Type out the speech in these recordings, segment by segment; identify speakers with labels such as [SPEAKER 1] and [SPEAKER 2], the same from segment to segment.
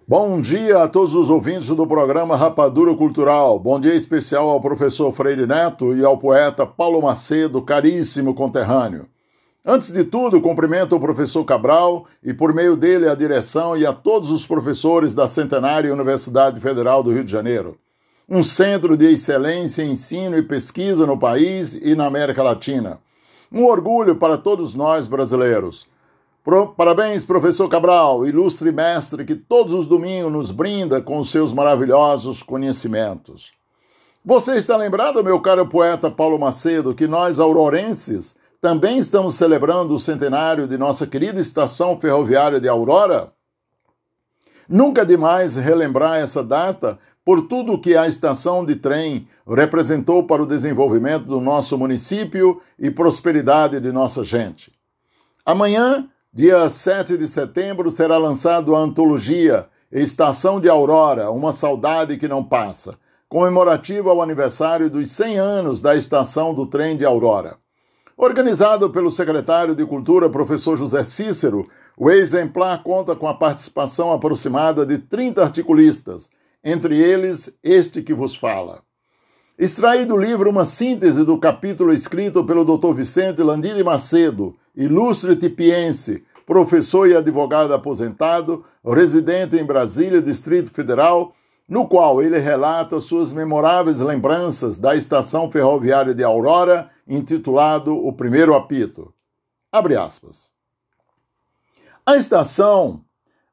[SPEAKER 1] Bom dia a todos os ouvintes do programa Rapadura Cultural. Bom dia especial ao professor Freire Neto e ao poeta Paulo Macedo, caríssimo conterrâneo. Antes de tudo, cumprimento o professor Cabral e, por meio dele, a direção e a todos os professores da Centenária Universidade Federal do Rio de Janeiro. Um centro de excelência em ensino e pesquisa no país e na América Latina. Um orgulho para todos nós brasileiros. Parabéns, professor Cabral, ilustre mestre que todos os domingos nos brinda com os seus maravilhosos conhecimentos. Você está lembrado, meu caro poeta Paulo Macedo, que nós, aurorenses, também estamos celebrando o centenário de nossa querida estação ferroviária de Aurora? Nunca é demais relembrar essa data por tudo que a estação de trem representou para o desenvolvimento do nosso município e prosperidade de nossa gente. Amanhã, dia 7 de setembro, será lançada a antologia Estação de Aurora, uma saudade que não passa, comemorativa ao aniversário dos 100 anos da estação do trem de Aurora. Organizado pelo secretário de Cultura, professor José Cícero, o exemplar conta com a participação aproximada de 30 articulistas, entre eles este que vos fala. Extraí do livro uma síntese do capítulo escrito pelo Dr. Vicente Landini Macedo, ilustre tipiense, professor e advogado aposentado, residente em Brasília, Distrito Federal, no qual ele relata suas memoráveis lembranças da estação ferroviária de Aurora, intitulado O Primeiro Apito. Abre aspas. A estação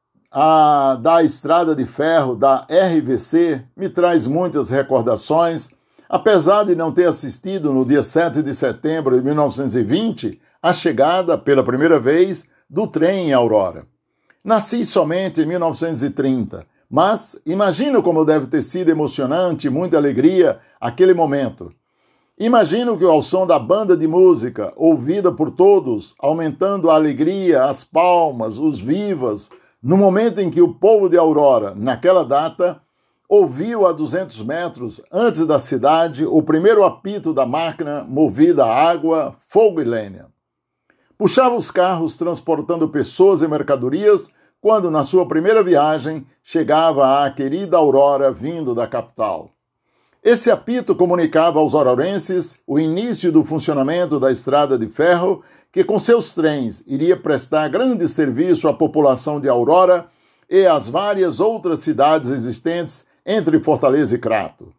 [SPEAKER 1] da estrada de ferro da RVC me traz muitas recordações, apesar de não ter assistido no dia 7 de setembro de 1920 a chegada, pela primeira vez, do trem em Aurora. Nasci somente em 1930, mas imagino como deve ter sido emocionante e muita alegria aquele momento. Imagino que ao som da banda de música, ouvida por todos, aumentando a alegria, as palmas, os vivas, no momento em que o povo de Aurora, naquela data, ouviu a 200 metros antes da cidade o primeiro apito da máquina movida a água, fogo e lenha. Puxava os carros transportando pessoas e mercadorias quando, na sua primeira viagem, chegava à querida Aurora vindo da capital. Esse apito comunicava aos aurorenses o início do funcionamento da estrada de ferro que, com seus trens, iria prestar grande serviço à população de Aurora e às várias outras cidades existentes entre Fortaleza e Crato.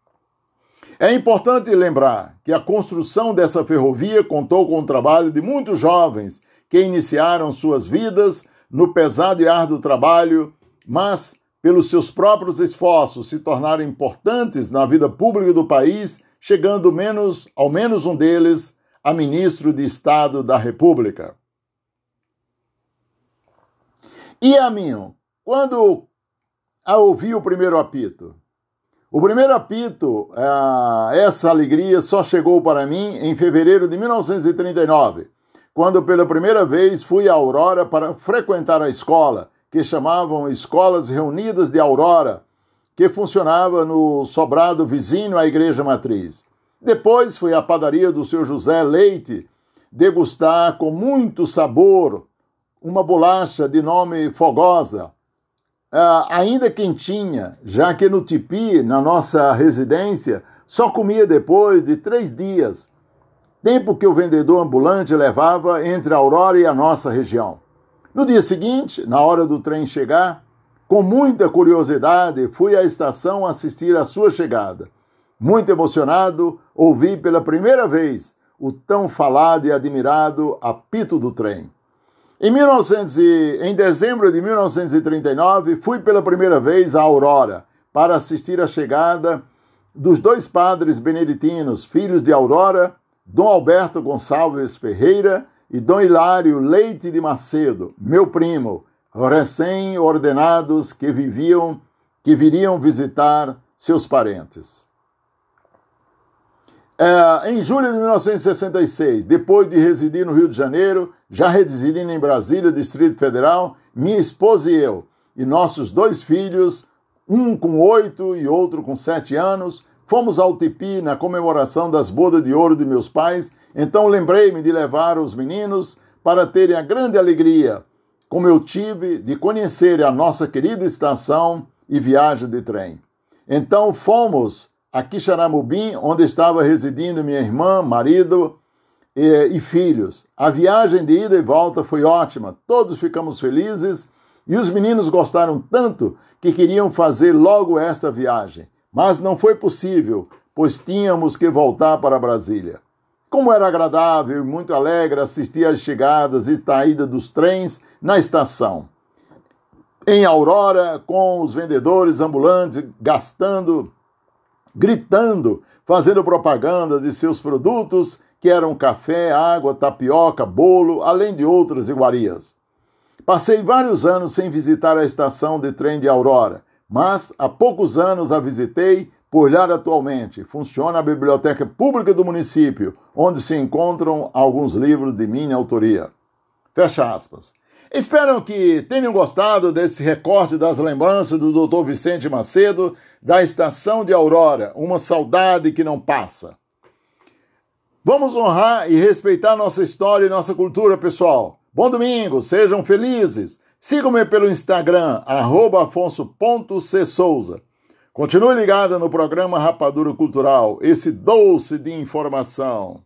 [SPEAKER 1] É importante lembrar que a construção dessa ferrovia contou com o trabalho de muitos jovens que iniciaram suas vidas no pesado e árduo trabalho, mas, pelos seus próprios esforços, se tornaram importantes na vida pública do país, chegando ao menos um deles a ministro de Estado da República. E a mim, quando ouvi o primeiro apito? O primeiro apito, essa alegria só chegou para mim em fevereiro de 1939, quando pela primeira vez fui a Aurora para frequentar a escola, que chamavam Escolas Reunidas de Aurora, que funcionava no sobrado vizinho à Igreja Matriz. Depois fui à padaria do Sr. José Leite degustar com muito sabor uma bolacha de nome Fogosa, ainda quentinha, já que no tipi, na nossa residência, só comia depois de 3 dias, tempo que o vendedor ambulante levava entre a Aurora e a nossa região. No dia seguinte, na hora do trem chegar, com muita curiosidade, fui à estação assistir à sua chegada. Muito emocionado, ouvi pela primeira vez o tão falado e admirado apito do trem. Em dezembro de 1939, fui pela primeira vez a Aurora para assistir à chegada dos 2 padres beneditinos, filhos de Aurora, Dom Alberto Gonçalves Ferreira e Dom Hilário Leite de Macedo, meu primo, recém-ordenados que viriam visitar seus parentes. Em julho de 1966, depois de residir no Rio de Janeiro, já residindo em Brasília, Distrito Federal, minha esposa e eu, e nossos 2 filhos, um com 8 e outro com 7 anos, fomos ao Tipi na comemoração das bodas de ouro de meus pais. Então lembrei-me de levar os meninos para terem a grande alegria como eu tive de conhecer a nossa querida estação e viagem de trem. Então fomos a Quixeramobim, onde estava residindo minha irmã, marido e filhos. A viagem de ida e volta foi ótima, todos ficamos felizes e os meninos gostaram tanto que queriam fazer logo esta viagem. Mas não foi possível, pois tínhamos que voltar para Brasília. Como era agradável e muito alegre assistir às chegadas e saídas dos trens na estação. Em Aurora, com os vendedores ambulantes gritando, fazendo propaganda de seus produtos, que eram café, água, tapioca, bolo, além de outras iguarias. Passei vários anos sem visitar a estação de trem de Aurora, mas há poucos anos a visitei por lá atualmente. Funciona a biblioteca pública do município, onde se encontram alguns livros de minha autoria. Fecha aspas. Espero que tenham gostado desse recorte das lembranças do Dr. Vicente Macedo da estação de Aurora, uma saudade que não passa. Vamos honrar e respeitar nossa história e nossa cultura, pessoal. Bom domingo, sejam felizes. Sigam-me pelo Instagram, @afonso.csouza. Continue ligado no programa Rapadura Cultural, esse doce de informação.